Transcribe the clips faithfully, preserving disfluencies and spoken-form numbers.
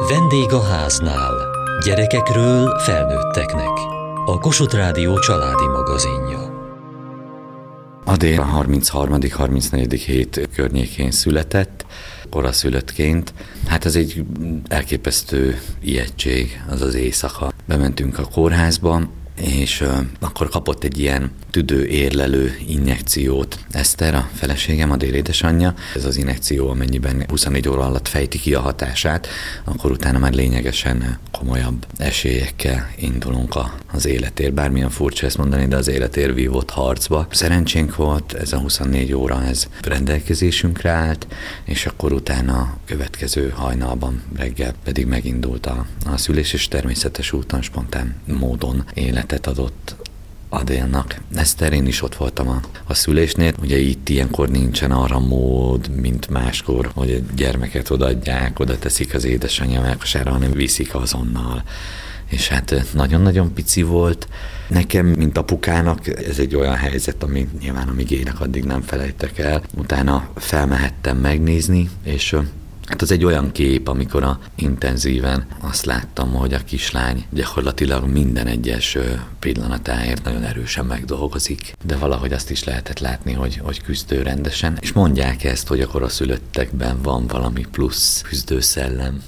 Vendég a háznál. Gyerekekről felnőtteknek. A Kossuth Rádió családi magazinja. Adél a harmincharmadik harmincnegyedik hét környékén született, koraszülöttként. Hát ez egy elképesztő ijegység, az az éjszaka. Bementünk a kórházba, és uh, akkor kapott egy ilyen tüdőérlelő injekciót Eszter, a feleségem, Adél édesanyja. Ez az injekció, amennyiben huszonnégy óra alatt fejti ki a hatását, akkor utána már lényegesen komolyabb esélyekkel indulunk a, az életér. Bármilyen furcsa ezt mondani, de az életér vívott harcba. Szerencsénk volt, ez a huszonnégy óra, ez rendelkezésünkre állt, és akkor utána következő hajnalban reggel pedig megindult a, a szülés, és természetes úton, spontán módon életet adott Adélnak. Eszter, én is ott voltam a, a szülésnél. Ugye itt ilyenkor nincsen arra mód, mint máskor, hogy a gyermeket odaadják, oda teszik az édesanyja melkasára, hanem viszik azonnal. És hát nagyon-nagyon pici volt. Nekem, mint apukának, ez egy olyan helyzet, ami nyilván amíg élek, addig nem felejtek el. Utána felmehettem megnézni, és hát az egy olyan kép, amikor a intenzíven azt láttam, hogy a kislány gyakorlatilag minden egyes pillanatáért nagyon erősen megdolgozik. De valahogy azt is lehetett látni, hogy, hogy küzdő rendesen. És mondják ezt, hogy akkor a szülöttekben van valami plusz küzdőszellem.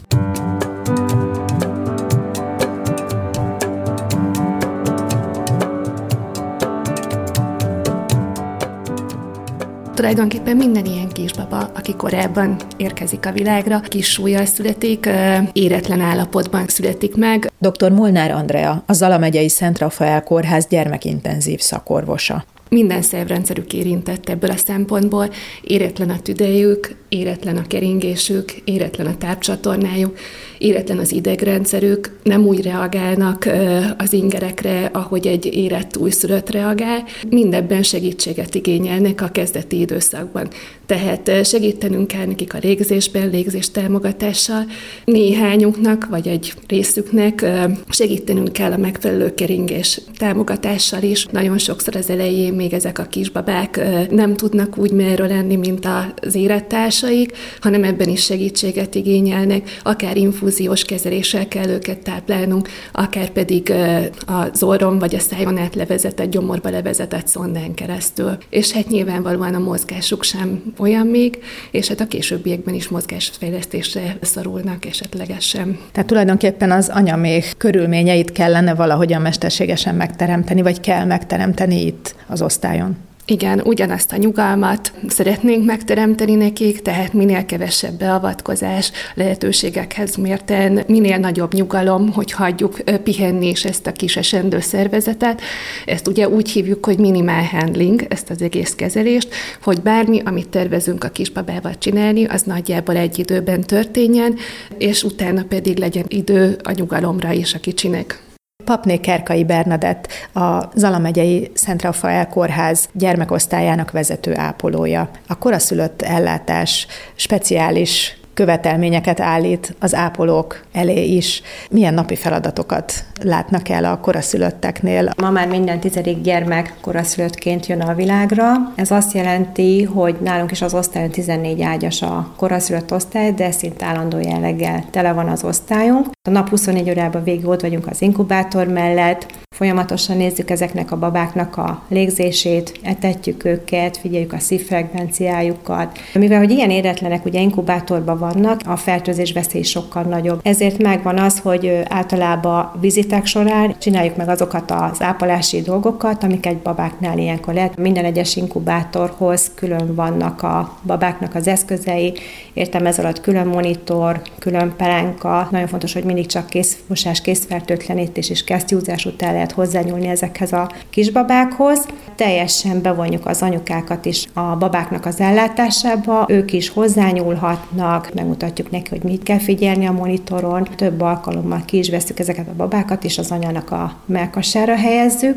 Tulajdonképpen minden ilyen kisbaba, aki korábban érkezik a világra, kis súllyal születik, éretlen állapotban születik meg. doktor Molnár Andrea, a Zala megyei Szent Rafael Kórház gyermekintenzív szakorvosa. Minden szervrendszerük érintett ebből a szempontból, éretlen a tüdejük, éretlen a keringésük, éretlen a tápcsatornájuk, éretlen az idegrendszerük, nem úgy reagálnak az ingerekre, ahogy egy érett újszülött reagál. Mindebben segítséget igényelnek a kezdeti időszakban. Tehát segítenünk kell nekik a légzésben, légzés támogatással. Néhányunknak, vagy egy részüknek segítenünk kell a megfelelő keringés támogatással is. Nagyon sokszor az elején még ezek a kisbabák nem tudnak úgy merről lenni, mint az érettársaik, hanem ebben is segítséget igényelnek, akár infúziós kezeléssel kell őket táplálnunk, akár pedig az orron vagy a szájon át levezetett, gyomorba levezetett szondán keresztül. És hát nyilvánvalóan a mozgásuk sem olyan még, és hát a későbbiekben is mozgásfejlesztésre szorulnak esetlegesen. Tehát tulajdonképpen az anyaméh körülményeit kellene valahogyan mesterségesen megteremteni, vagy kell megteremteni itt az osztályon. Igen, ugyanazt a nyugalmat szeretnénk megteremteni nekik, tehát minél kevesebb beavatkozás, lehetőségekhez mérten, minél nagyobb nyugalom, hogy hagyjuk pihenni is ezt a kis esendő szervezetet. Ezt ugye úgy hívjuk, hogy minimál handling, ezt az egész kezelést, hogy bármi, amit tervezünk a kisbabával csinálni, az nagyjából egy időben történjen, és utána pedig legyen idő a nyugalomra is a kicsinek. Papné Kerkai Bernadett, a Zala megyei Szent Rafael Kórház gyermekosztályának vezető ápolója. A koraszülött ellátás speciális követelményeket állít az ápolók elé is. Milyen napi feladatokat látnak el a koraszülötteknél? Ma már minden tizedik gyermek koraszülöttként jön a világra. Ez azt jelenti, hogy nálunk is az osztályon tizennégy ágyas a koraszülött osztály, de szinte állandó jelleggel tele van az osztályunk. A nap huszonnégy órában végig ott vagyunk az inkubátor mellett, folyamatosan nézzük ezeknek a babáknak a légzését, etetjük őket, figyeljük a szívfrekvenciájukat. Mivel, hogy ilyen éretlenek ugye inkubátorban vannak, a fertőzés veszély sokkal nagyobb. Ezért megvan az, hogy általában vizitek során csináljuk meg azokat az ápolási dolgokat, amik egy babáknál ilyenkor lehet. Minden egyes inkubátorhoz külön vannak a babáknak az eszközei, értem ez alatt külön monitor, külön pelánka. Nagyon fontos, hogy mindig csak kézmosás, kézfertőtlenítés és kesztyúzás után lehet hozzányúlni ezekhez a kisbabákhoz. Teljesen bevonjuk az anyukákat is a babáknak az ellátásába, ők is hozzányúlhatnak, megmutatjuk neki, hogy mit kell figyelni a monitoron. Több alkalommal ki is veszük ezeket a babákat, és az anyának a mellkasára helyezzük,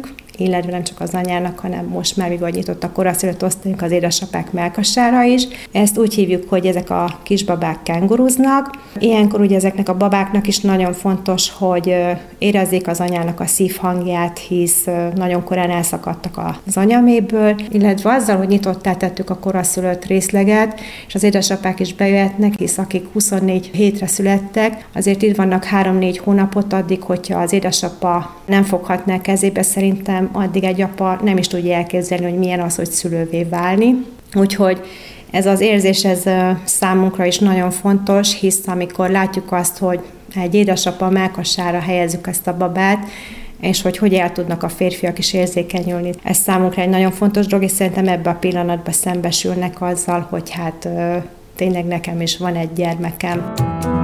illetve nem csak az anyának, hanem most már még nyitott a koraszülött osztályunk az édesapák mellkasára is. Ezt úgy hívjuk, hogy ezek a kisbabák kenguruznak. Ilyenkor ugye ezeknek a babáknak is nagyon fontos, hogy érezzék az anyának a szívhangját, hisz nagyon korán elszakadtak az anyaméből, illetve azzal, hogy nyitottá tettük a koraszülött részleget, és az édesapák is bejöhetnek, hisz akik huszonnégy hétre születtek, azért itt vannak három-négy hónapot addig, hogyha az édesapa nem foghatná kezébe, szerintem addig egy apa nem is tudja elképzelni, hogy milyen az, hogy szülővé válni. Úgyhogy ez az érzés ez számunkra is nagyon fontos, hisz amikor látjuk azt, hogy egy édesapa mellkasára helyezzük ezt a babát, és hogy hogy el tudnak a férfiak is érzékenyülni. Ez számunkra egy nagyon fontos dolog, és szerintem ebben a pillanatban szembesülnek azzal, hogy hát tényleg nekem is van egy gyermekem.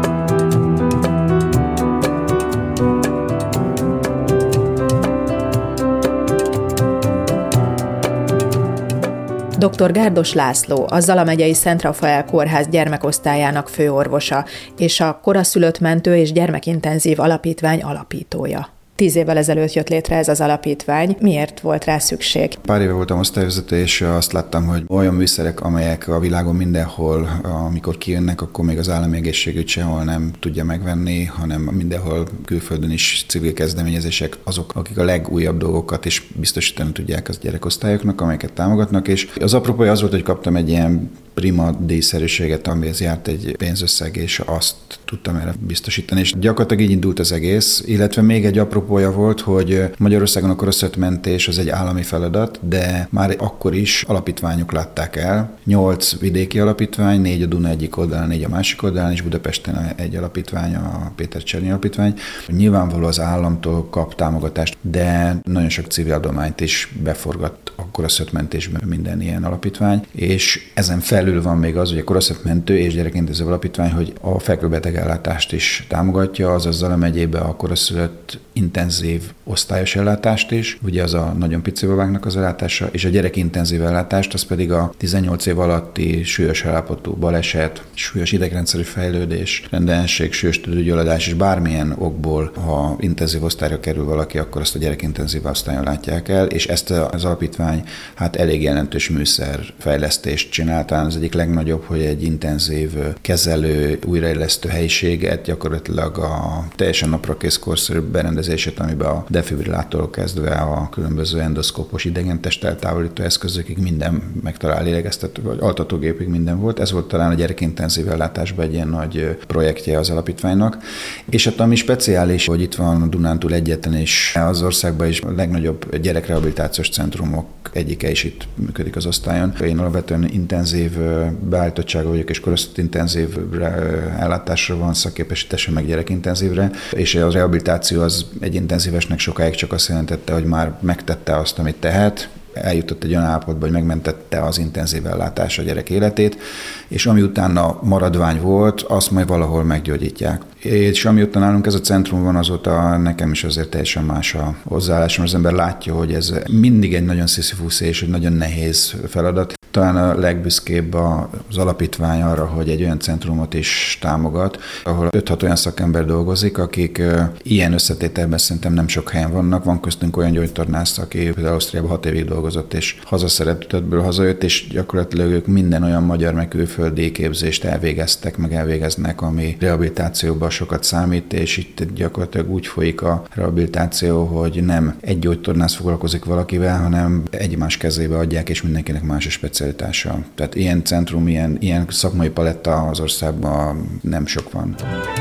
doktor Gárdos László, a Zala megyei Szent Rafael Kórház gyermekosztályának főorvosa és a Koraszülött Mentő és Gyermekintenzív Alapítvány alapítója. Tíz évvel ezelőtt jött létre ez az alapítvány. Miért volt rá szükség? Pár éve voltam osztályvezető, és azt láttam, hogy olyan műszerek, amelyek a világon mindenhol, amikor kijönnek, akkor még az állami egészségügy sehol nem tudja megvenni, hanem mindenhol külföldön is civil kezdeményezések azok, akik a legújabb dolgokat is biztosítani tudják az gyerekosztályoknak, amelyeket támogatnak. És az apropója az volt, hogy kaptam egy ilyen prima díjszerűséget, amihez járt egy pénzösszeg, és azt tudtam erre biztosítani. És gyakorlatilag így indult az egész, illetve még egy apropója volt, hogy Magyarországon a koraszülöttmentés az egy állami feladat, de már akkor is alapítványok látták el. Nyolc vidéki alapítvány, négy a Duna egyik oldalán, négy a másik oldalán, és Budapesten egy alapítvány, a Péter Csernyi alapítvány. Nyilvánvaló az államtól kap támogatást, de nagyon sok civil adományt is beforgat a koraszülöttmentésben minden ilyen alapítvány, és ezen felül van még az, hogy a koraszülöttmentő és gyerekintenzív alapítvány, hogy a fekvőbeteg ellátást is támogatja, azaz Zala megyébe a koraszülött intenzív osztályos ellátást is, ugye az a nagyon pici babáknak az ellátása, és a gyerekintenzív ellátást, az pedig a tizennyolc év alatti súlyos állapotú baleset, súlyos idegrendszeri fejlődés, rendellenesség, súlyos tüdőgyulladás, és bármilyen okból, ha intenzív osztályra kerül valaki, akkor azt a gyerekintenzív osztályon látják el, és ezt az alapítvány hát elég jelentős műszerfejlesztést csinál. Talán az egyik legnagyobb, hogy egy intenzív kezelő, újraélesztő helyiséget, gyakorlatilag a teljesen naprakész korszerű berendezését, amiben a defibrillátorról kezdve a különböző endoszkópos idegentest eltávolító eszközökig minden megtalál, lélegeztető vagy altatógépig minden volt. Ez volt talán a gyerekintenzív ellátásban egy ilyen nagy projektje az alapítványnak. És hát ami speciális, hogy itt van a Dunántúl egyetlen, és az országban is a legnagyobb gyerekrehabilitációs centrumok egyike is itt működik az osztályon. Én alapvetően intenzív beállítottságú vagyok, és koraszülött intenzív ellátásra van szakképesítésre, meg gyerekintenzívre, és a rehabilitáció az egy intenzívesnek sokáig csak azt jelentette, hogy már megtette azt, amit tehet, eljutott egy olyan állapotba, hogy megmentette az intenzív ellátás a gyerek életét, és ami utána maradvány volt, azt majd valahol meggyógyítják. És amióta nálunk ez a centrum van, azóta nekem is azért teljesen más a hozzáállásom. Az ember látja, hogy ez mindig egy nagyon sziszifuszi és egy nagyon nehéz feladat. Talán a legbüszkébb az alapítvány arra, hogy egy olyan centrumot is támogat, ahol öt-hat olyan szakember dolgozik, akik ilyen összetételben szerintem nem sok helyen vannak. Van köztünk olyan gyógytornász, aki például Ausztriában hat évig dolgozott, és hazaszeretetből hazajött, és gyakorlatilag ők minden olyan magyar meg külföldi képzést elvégeztek, meg elvégeznek, ami rehabilitációban sokat számít, és itt gyakorlatilag úgy folyik a rehabilitáció, hogy nem egy gyógytornász foglalkozik valakivel, hanem egymás kezébe adják, és mindenkinek más a specialitása. Tehát ilyen centrum, ilyen, ilyen szakmai paletta az országban nem sok van.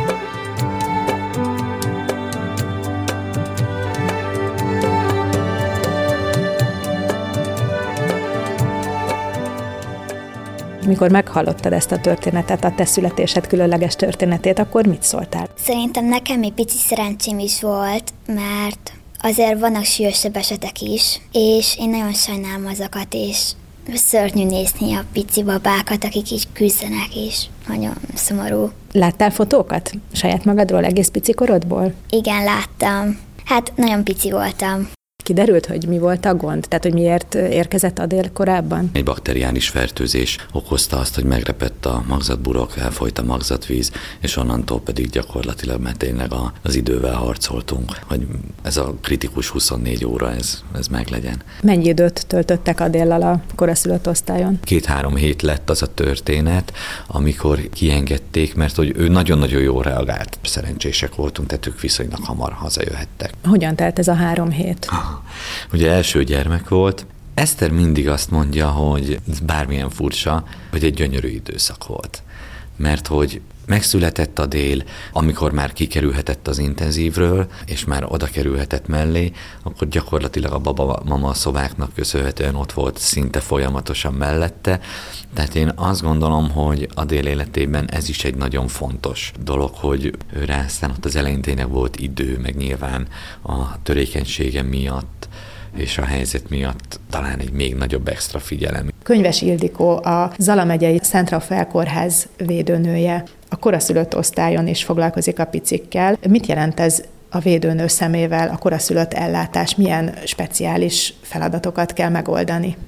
Mikor meghallottad ezt a történetet, a te születésed különleges történetét, akkor mit szóltál? Szerintem nekem egy pici szerencsém is volt, mert azért vannak súlyosabb esetek is, és én nagyon sajnálom azokat, és szörnyű nézni a pici babákat, akik így küzdenek, és nagyon szomorú. Láttál fotókat saját magadról, egész pici korodból? Igen, láttam. Hát nagyon pici voltam. Kiderült, hogy mi volt a gond? Tehát, hogy miért érkezett Adél korábban? Egy bakteriális fertőzés okozta azt, hogy megrepett a magzatburok, elfolyt a magzatvíz, és onnantól pedig gyakorlatilag, mert tényleg az idővel harcoltunk, hogy ez a kritikus huszonnégy óra, ez, ez meglegyen. Mennyi időt töltöttek Adéllal a koraszülött osztályon? Két-három hét lett az a történet, amikor kiengedték, mert hogy ő nagyon-nagyon jól reagált. Szerencsések voltunk, tehát ők viszonylag hamar hazajöhettek. Hogyan telt ez a három hét? Ugye első gyermek volt. Eszter mindig azt mondja, hogy ez bármilyen furcsa, hogy egy gyönyörű időszak volt. Mert hogy megszületett Adél, amikor már kikerülhetett az intenzívről, és már oda kerülhetett mellé, akkor gyakorlatilag a baba-mama szobáknak köszönhetően ott volt szinte folyamatosan mellette. Tehát én azt gondolom, hogy Adél életében ez is egy nagyon fontos dolog, hogy rá aztán ott az elején tényleg volt idő, meg nyilván a törékenysége miatt, és a helyzet miatt talán egy még nagyobb extra figyelem. Könyves Ildikó, a Zala megyei Szent Rafael kórház védőnője. A koraszülött osztályon is foglalkozik a picikkel. Mit jelent ez a védőnő szemével, a koraszülött ellátás? Milyen speciális feladatokat kell megoldani?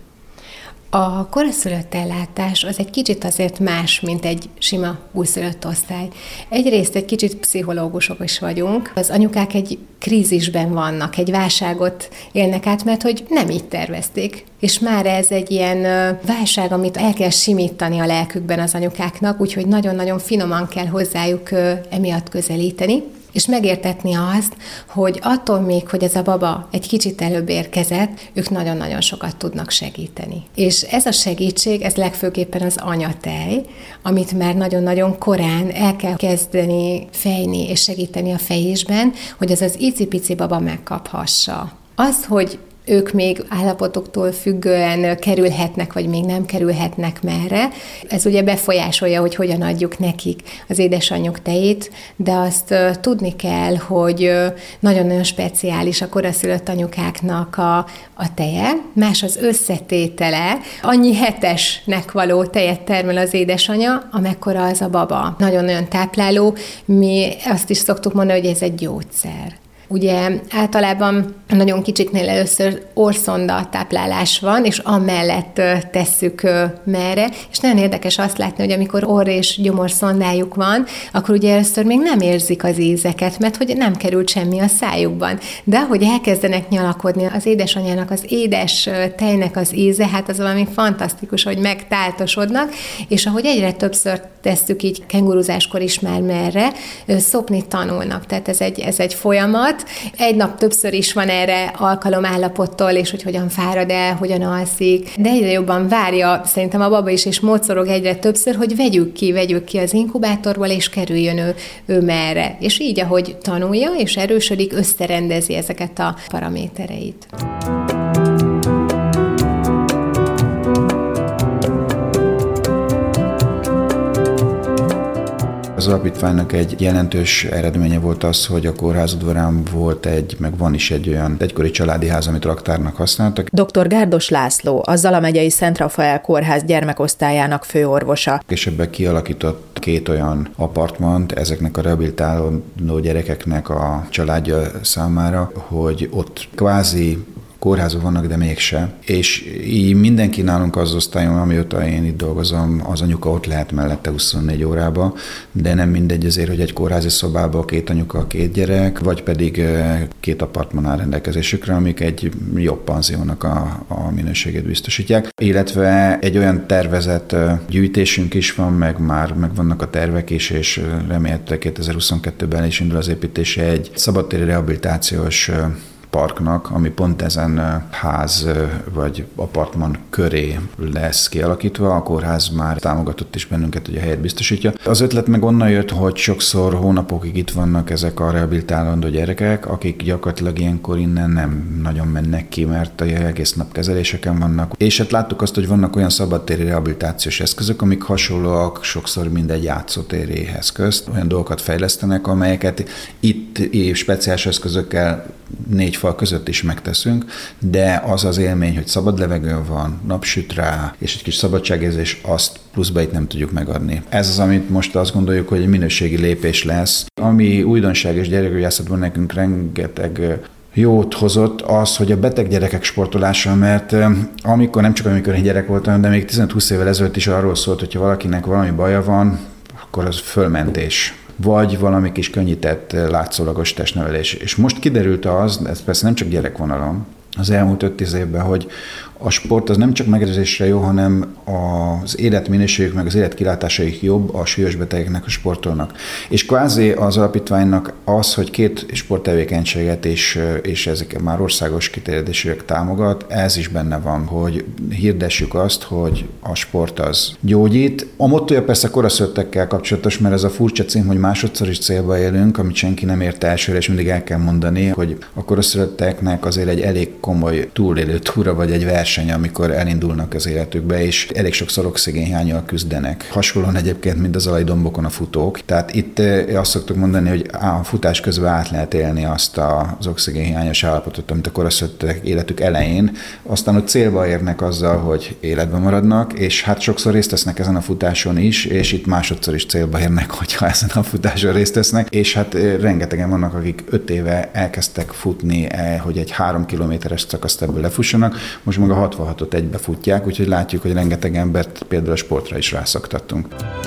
A koraszülött ellátás az egy kicsit azért más, mint egy sima újszülött osztály. Egyrészt egy kicsit pszichológusok is vagyunk. Az anyukák egy krízisben vannak, egy válságot élnek át, mert hogy nem így tervezték. És már ez egy ilyen válság, amit el kell simítani a lelkükben az anyukáknak, úgyhogy nagyon-nagyon finoman kell hozzájuk emiatt közelíteni. És megértetni azt, hogy attól még, hogy ez a baba egy kicsit előbb érkezett, ők nagyon-nagyon sokat tudnak segíteni. És ez a segítség, ez legfőképpen az anyatej, amit már nagyon-nagyon korán el kell kezdeni fejni és segíteni a fejésben, hogy ez az icipici baba megkaphassa. Az, hogy ők még állapotoktól függően kerülhetnek, vagy még nem kerülhetnek merre. Ez ugye befolyásolja, hogy hogyan adjuk nekik az édesanyjuk tejét, de azt tudni kell, hogy nagyon-nagyon speciális a koraszülött anyukáknak a, a teje, más az összetétele, annyi hetesnek való tejet termel az édesanya, amekkora az a baba. Nagyon-nagyon tápláló, mi azt is szoktuk mondani, hogy ez egy gyógyszer. Ugye általában nagyon kicsiknél először orszonda táplálás van, és amellett tesszük merre, és nagyon érdekes azt látni, hogy amikor orr és gyomorszondájuk van, akkor ugye először még nem érzik az ízeket, mert hogy nem került semmi a szájukban. De ahogy elkezdenek nyalakodni, az édesanyjának az édes tejnek az íze, hát az valami fantasztikus, hogy megtáltosodnak, és ahogy egyre többször tesszük így kenguruzáskor is már merre, szopni tanulnak. Tehát ez egy, ez egy folyamat. Egy nap többször is van erre alkalom állapottól, és hogy hogyan fárad el, hogyan alszik, de egyre jobban várja szerintem a baba is, és mocorog egyre többször, hogy vegyük ki, vegyük ki az inkubátorból, és kerüljön ő, ő merre. És így, ahogy tanulja, és erősödik, összerendezi ezeket a paramétereit. Az alapítványnak egy jelentős eredménye volt az, hogy a kórház udvarán volt egy, meg van is egy olyan egykori családi ház, amit raktárnak használtak. doktor Gárdos László, a Zala megyei Szent Rafael kórház gyermekosztályának főorvosa. És ebben kialakított két olyan apartmant ezeknek a rehabilitáló gyerekeknek a családja számára, hogy ott kvázi kórházak vannak, de mégse. És így mindenki nálunk az osztályon, amióta én itt dolgozom, az anyuka ott lehet mellette huszonnégy órába, de nem mindegy azért, hogy egy kórházi szobában két anyuka, két gyerek, vagy pedig két apartman áll rendelkezésükre, amik egy jobb panziónak a, a minőségét biztosítják. Illetve egy olyan tervezett gyűjtésünk is van, meg már meg vannak a tervek is, és remélhetőleg kétezer-huszonkettőben is indul az építése egy szabadtéri rehabilitációs parknak, ami pont ezen ház vagy apartman köré lesz kialakítva. A kórház már támogatott is bennünket, hogy a helyet biztosítja. Az ötlet meg onnan jött, hogy sokszor hónapokig itt vannak ezek a rehabilitálandó gyerekek, akik gyakorlatilag ilyenkor innen nem nagyon mennek ki, mert egész nap kezeléseken vannak. És hát láttuk azt, hogy vannak olyan szabadtéri rehabilitációs eszközök, amik hasonlóak sokszor mindegy játszótéri eszközt. Olyan dolgokat fejlesztenek, amelyeket itt speciális eszközökkel négy fal között is megteszünk, de az az élmény, hogy szabad levegőn van, napsüt rá, és egy kis szabadságérzés, azt pluszba itt nem tudjuk megadni. Ez az, amit most azt gondoljuk, hogy egy minőségi lépés lesz. Ami újdonság és gyerekgyógyászatban nekünk rengeteg jót hozott az, hogy a beteg gyerekek sportolása, mert amikor, nem csak amikor én gyerek voltam, de még tizenöt-húsz évvel ezelőtt is arról szólt, hogyha valakinek valami baja van, akkor az fölmentés, vagy valami kis könnyített látszólagos testnevelés. És most kiderült az, ez persze nem csak gyerekvonalon, az elmúlt öt-tíz évben, hogy a sport az nem csak megrezésre jó, hanem az életminőségük, meg az életkilátásaik jobb a súlyos betegeknek, a sportolnak. És kvázi az alapítványnak az, hogy két sporttevékenységet és, és ezek már országos kiterjedésűek támogat, ez is benne van, hogy hirdessük azt, hogy a sport az gyógyít. A mottoja persze koraszülöttekkel kapcsolatos, mert ez a furcsa cím, hogy másodszor is célba élünk, amit senki nem ért elsőre, és mindig el kell mondani, hogy a koraszülötteknek azért egy elég komoly túlélő túra, vagy egy verseny, amikor elindulnak az életükbe, és elég sokszor oxigénhiánnyal küzdenek. Hasonlóan egyébként, mint az alai dombokon a futók. Tehát itt azt szoktuk mondani, hogy a futás közben át lehet élni azt az oxigénhiányos állapotot, amit a koraszülöttek életük elején, aztán ott célba érnek azzal, hogy életben maradnak, és hát sokszor részt vesznek ezen a futáson is, és itt másodszor is célba érnek, hogyha ezen a futáson részt vesznek, és hát rengetegen vannak, akik öt éve elkezdtek futni, hogy egy három kilométeres szakaszt ebből lefussanak, most meg a hatvanhatot egybe futják, úgyhogy látjuk, hogy rengeteg embert például a sportra is rászoktattunk.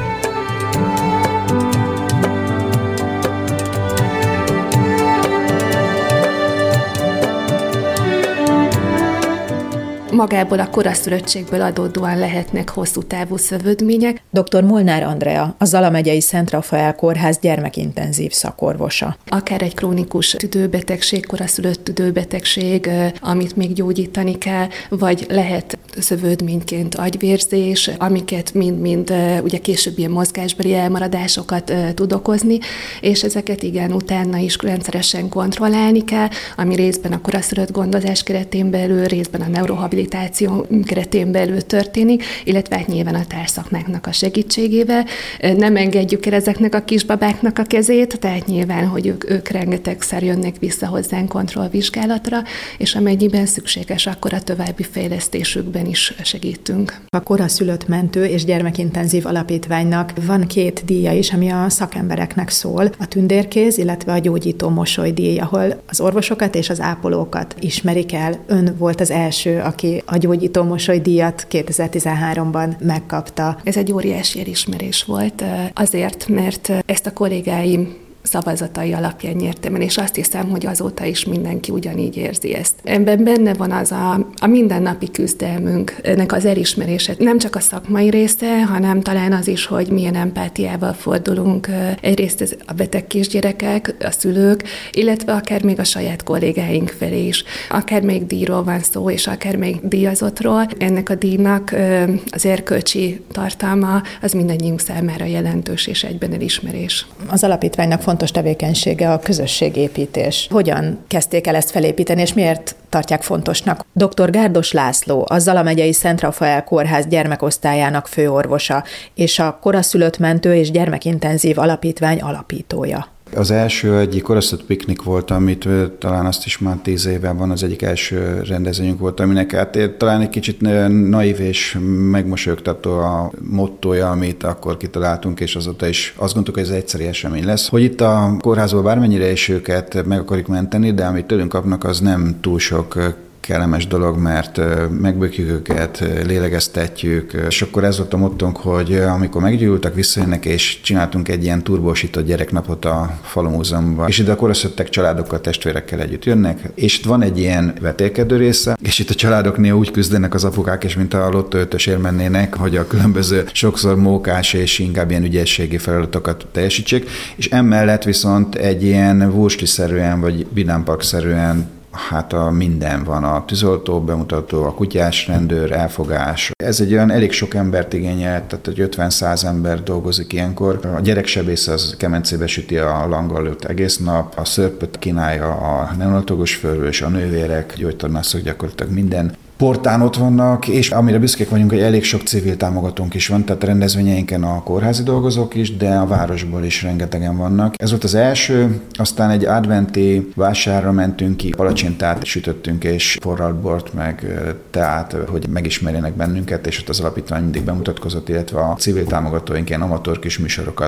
Magából a koraszülöttségből adódóan lehetnek hosszú távú szövődmények. doktor Molnár Andrea, a Zala megyei Szent Rafael Kórház gyermekintenzív szakorvosa. Akár egy krónikus tüdőbetegség, koraszülött tüdőbetegség, amit még gyógyítani kell, vagy lehet szövődményként agyvérzés, amiket mind-mind ugye később ilyen mozgásbeli elmaradásokat tud okozni, és ezeket igen, utána is rendszeresen kontrollálni kell, ami részben a koraszülött gondozás keretén belül, részben a neurohabilitáció keretén belül történik, illetve hát nyilván a társszakmáknak a segítségével. Nem engedjük el ezeknek a kisbabáknak a kezét, tehát nyilván, hogy ők, ők rengetegszer jönnek vissza hozzánk kontrollvizsgálatra, és amennyiben szükséges, akkor a további fejlesztésükben is segítünk. A Koraszülött Mentő és Gyermekintenzív Alapítványnak van két díja is, ami a szakembereknek szól, a Tündérkéz, illetve a Gyógyító Mosoly díj, ahol az orvosokat és az ápolókat ismerik el. Ön volt az első, aki a Gyógyító Mosoly díjat kétezer-tizenháromban megkapta. Ez egy óriási elismerés volt, azért, mert ezt a kollégáim szavazatai alapján nyertem el, és azt hiszem, hogy azóta is mindenki ugyanígy érzi ezt. Ebben benne van az a, a mindennapi küzdelmünk, ennek az elismerése. Nem csak a szakmai része, hanem talán az is, hogy milyen empátiával fordulunk egyrészt ez a beteg kisgyerekek, a szülők, illetve akár még a saját kollégáink felé is. Akár még díjról van szó, és akár még díjazottról. Ennek a díjnak az erkölcsi tartalma az mindannyiunk számára jelentős és egyben elismerés. Az alapítványnak fontos tevékenysége a közösségépítés. Hogyan kezdték el ezt felépíteni, és miért tartják fontosnak? doktor Gárdos László, a Zala megyei Szent Rafael Kórház gyermekosztályának főorvosa, és a Koraszülött Mentő és Gyermekintenzív Alapítvány alapítója. Az első egyik koraszülött piknik volt, amit talán azt is már tíz éve van, az egyik első rendezvényünk volt, aminek hát talán egy kicsit naív és megmosolyogtató a mottója, amit akkor kitaláltunk, és azóta is azt gondoltuk, hogy ez egyszeri esemény lesz. Hogy itt a kórházból bármennyire is őket meg akarjuk menteni, de amit tőlünk kapnak, az nem túl sok kellemes dolog, mert megbökjük őket, lélegeztetjük, és akkor ez volt a mottónk, hogy amikor meggyógyultak, visszajönnek, és csináltunk egy ilyen turbósított gyereknapot a Falumúzeumban, és ide a koraszülöttek családokkal, testvérekkel együtt jönnek, és itt van egy ilyen vetélkedő része, és itt a családoknél úgy küzdenek az apukák, és mint a lottó ötösért mennének, hogy a különböző sokszor mókás és inkább ilyen ügyességi feladatokat teljesítsék, és emellett viszont egy ilyen vursliszerűen vagy vidámparkszerűen hát a minden van, a tűzoltó bemutató, a kutyás rendőr, elfogás. Ez egy olyan elég sok embert igényel, tehát egy ötven-száz ember dolgozik ilyenkor. A gyereksebész az kemencébe süti a langallót egész nap, a szörpöt kínálja a neonatológus főorvos, a nővérek, gyógytornászok, gyakorlatilag minden portán ott vannak, és amire büszkék vagyunk, hogy elég sok civil támogatónk is van, tehát a rendezvényeinken a kórházi dolgozók is, de a városból is rengetegen vannak. Ez volt az első, aztán egy adventi vásárra mentünk ki, palacsintát sütöttünk, és forralt bort, meg teát, hogy megismerjenek bennünket, és ott az alapítvány mindig bemutatkozott, illetve a civil támogatóink ilyen amatőr kis műsorokat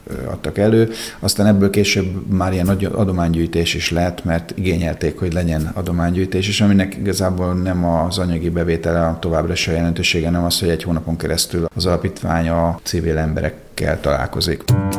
adtak elő. Aztán ebből később már ilyen nagy adománygyűjtés is lett, mert igényelték, hogy legyen adománygyűjtés, és aminek igazából nem az anyagi bevétele továbbra se a jelentősége, nem az, hogy egy hónapon keresztül az alapítvány a civil emberekkel találkozik.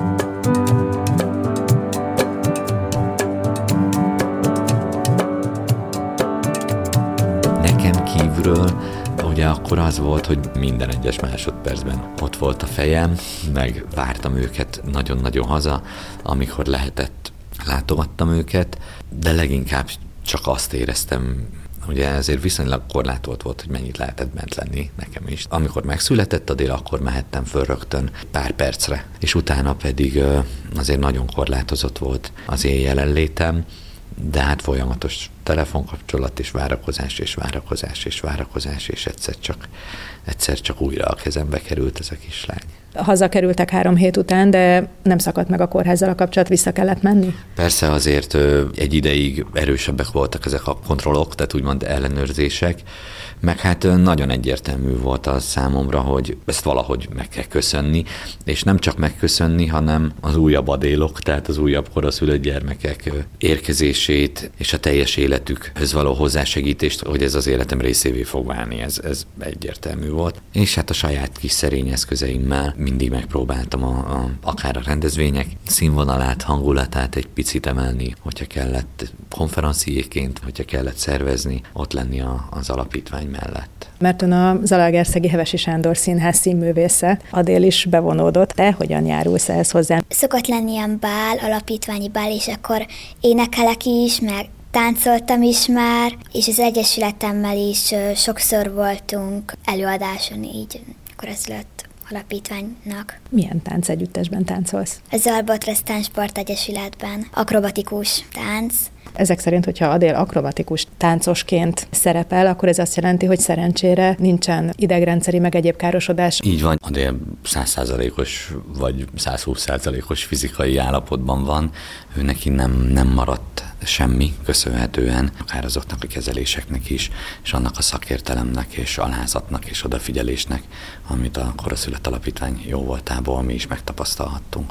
Nekem kívülről ugye akkor az volt, hogy minden egyes másodpercben ott volt a fejem, meg vártam őket nagyon-nagyon haza, amikor lehetett, látogattam őket, de leginkább csak azt éreztem, ugye ezért viszonylag korlátolt volt, hogy mennyit lehetett bent lenni nekem is. Amikor megszületett a Dél, akkor mehettem föl rögtön pár percre, és utána pedig azért nagyon korlátozott volt az én jelenlétem, de hát folyamatos telefonkapcsolat és várakozás és várakozás és várakozás, és egyszer csak, egyszer csak újra a kezembe került ez a kislány. Hazakerültek három hét után, de nem szakadt meg a kórházzal a kapcsolat, vissza kellett menni? Persze azért egy ideig erősebbek voltak ezek a kontrollok, tehát úgymond ellenőrzések, meg hát nagyon egyértelmű volt az számomra, hogy ezt valahogy meg kell köszönni, és nem csak megköszönni, hanem az újabb adélok, tehát az újabb koraszülött gyermekek érkezését és a teljes életükhöz való hozzásegítést, hogy ez az életem részévé fog válni, ez, ez egyértelmű volt. És hát a saját kis szerény eszközeimmel mindig megpróbáltam a, a, akár a rendezvények színvonalát, hangulatát egy picit emelni, hogyha kellett konferenciéként, hogyha kellett szervezni, ott lenni a, az alapítvány mellett. Mert ön a Zalaegerszegi Hevesi Sándor Színház színművésze, Adél is bevonódott. Te hogyan járulsz ehhez hozzá? Szokott lenni ilyen bál, alapítványi bál, és akkor énekelek is, meg táncoltam is már, és az Egyesületemmel is sokszor voltunk előadáson így, akkor ez lett alapítványnak. Milyen táncegyüttesben táncolsz? Az Albatrosz Táncsport Egyesületben akrobatikus tánc. Ezek szerint, hogyha Adél akrobatikus táncosként szerepel, akkor ez azt jelenti, hogy szerencsére nincsen idegrendszeri meg egyéb károsodás. Így van, Adél száz százalékos vagy száz húsz százalékos fizikai állapotban van, ő neki nem, nem maradt semmi köszönhetően, akár azoknak a kezeléseknek is, és annak a szakértelemnek és alázatnak és odafigyelésnek, amit a Koraszület Alapítvány jóvoltából mi is megtapasztalhattunk.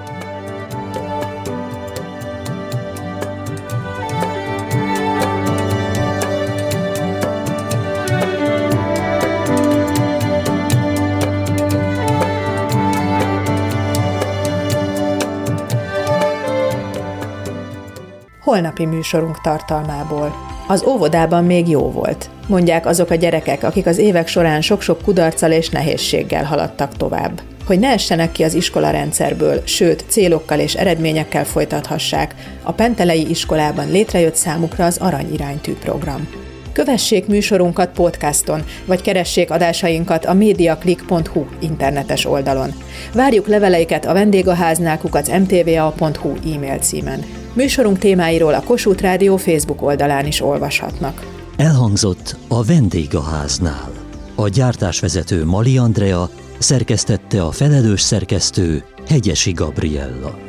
Holnapi műsorunk tartalmából. Az óvodában még jó volt, mondják azok a gyerekek, akik az évek során sok-sok kudarccal és nehézséggel haladtak tovább. Hogy ne essenek ki az iskolarendszerből, sőt, célokkal és eredményekkel folytathassák, a Pentelei iskolában létrejött számukra az Arany iránytű program. Kövessék műsorunkat podcaston, vagy keressék adásainkat a mediaclick pont hu internetes oldalon. Várjuk leveleiket a vendégháznál kukac em té vé á pont hu e-mail címen. Műsorunk témáiról a Kossuth Rádió Facebook oldalán is olvashatnak. Elhangzott a Vendégháznál. A gyártásvezető Mali Andrea, szerkesztette a felelős szerkesztő Hegyesi Gabriella.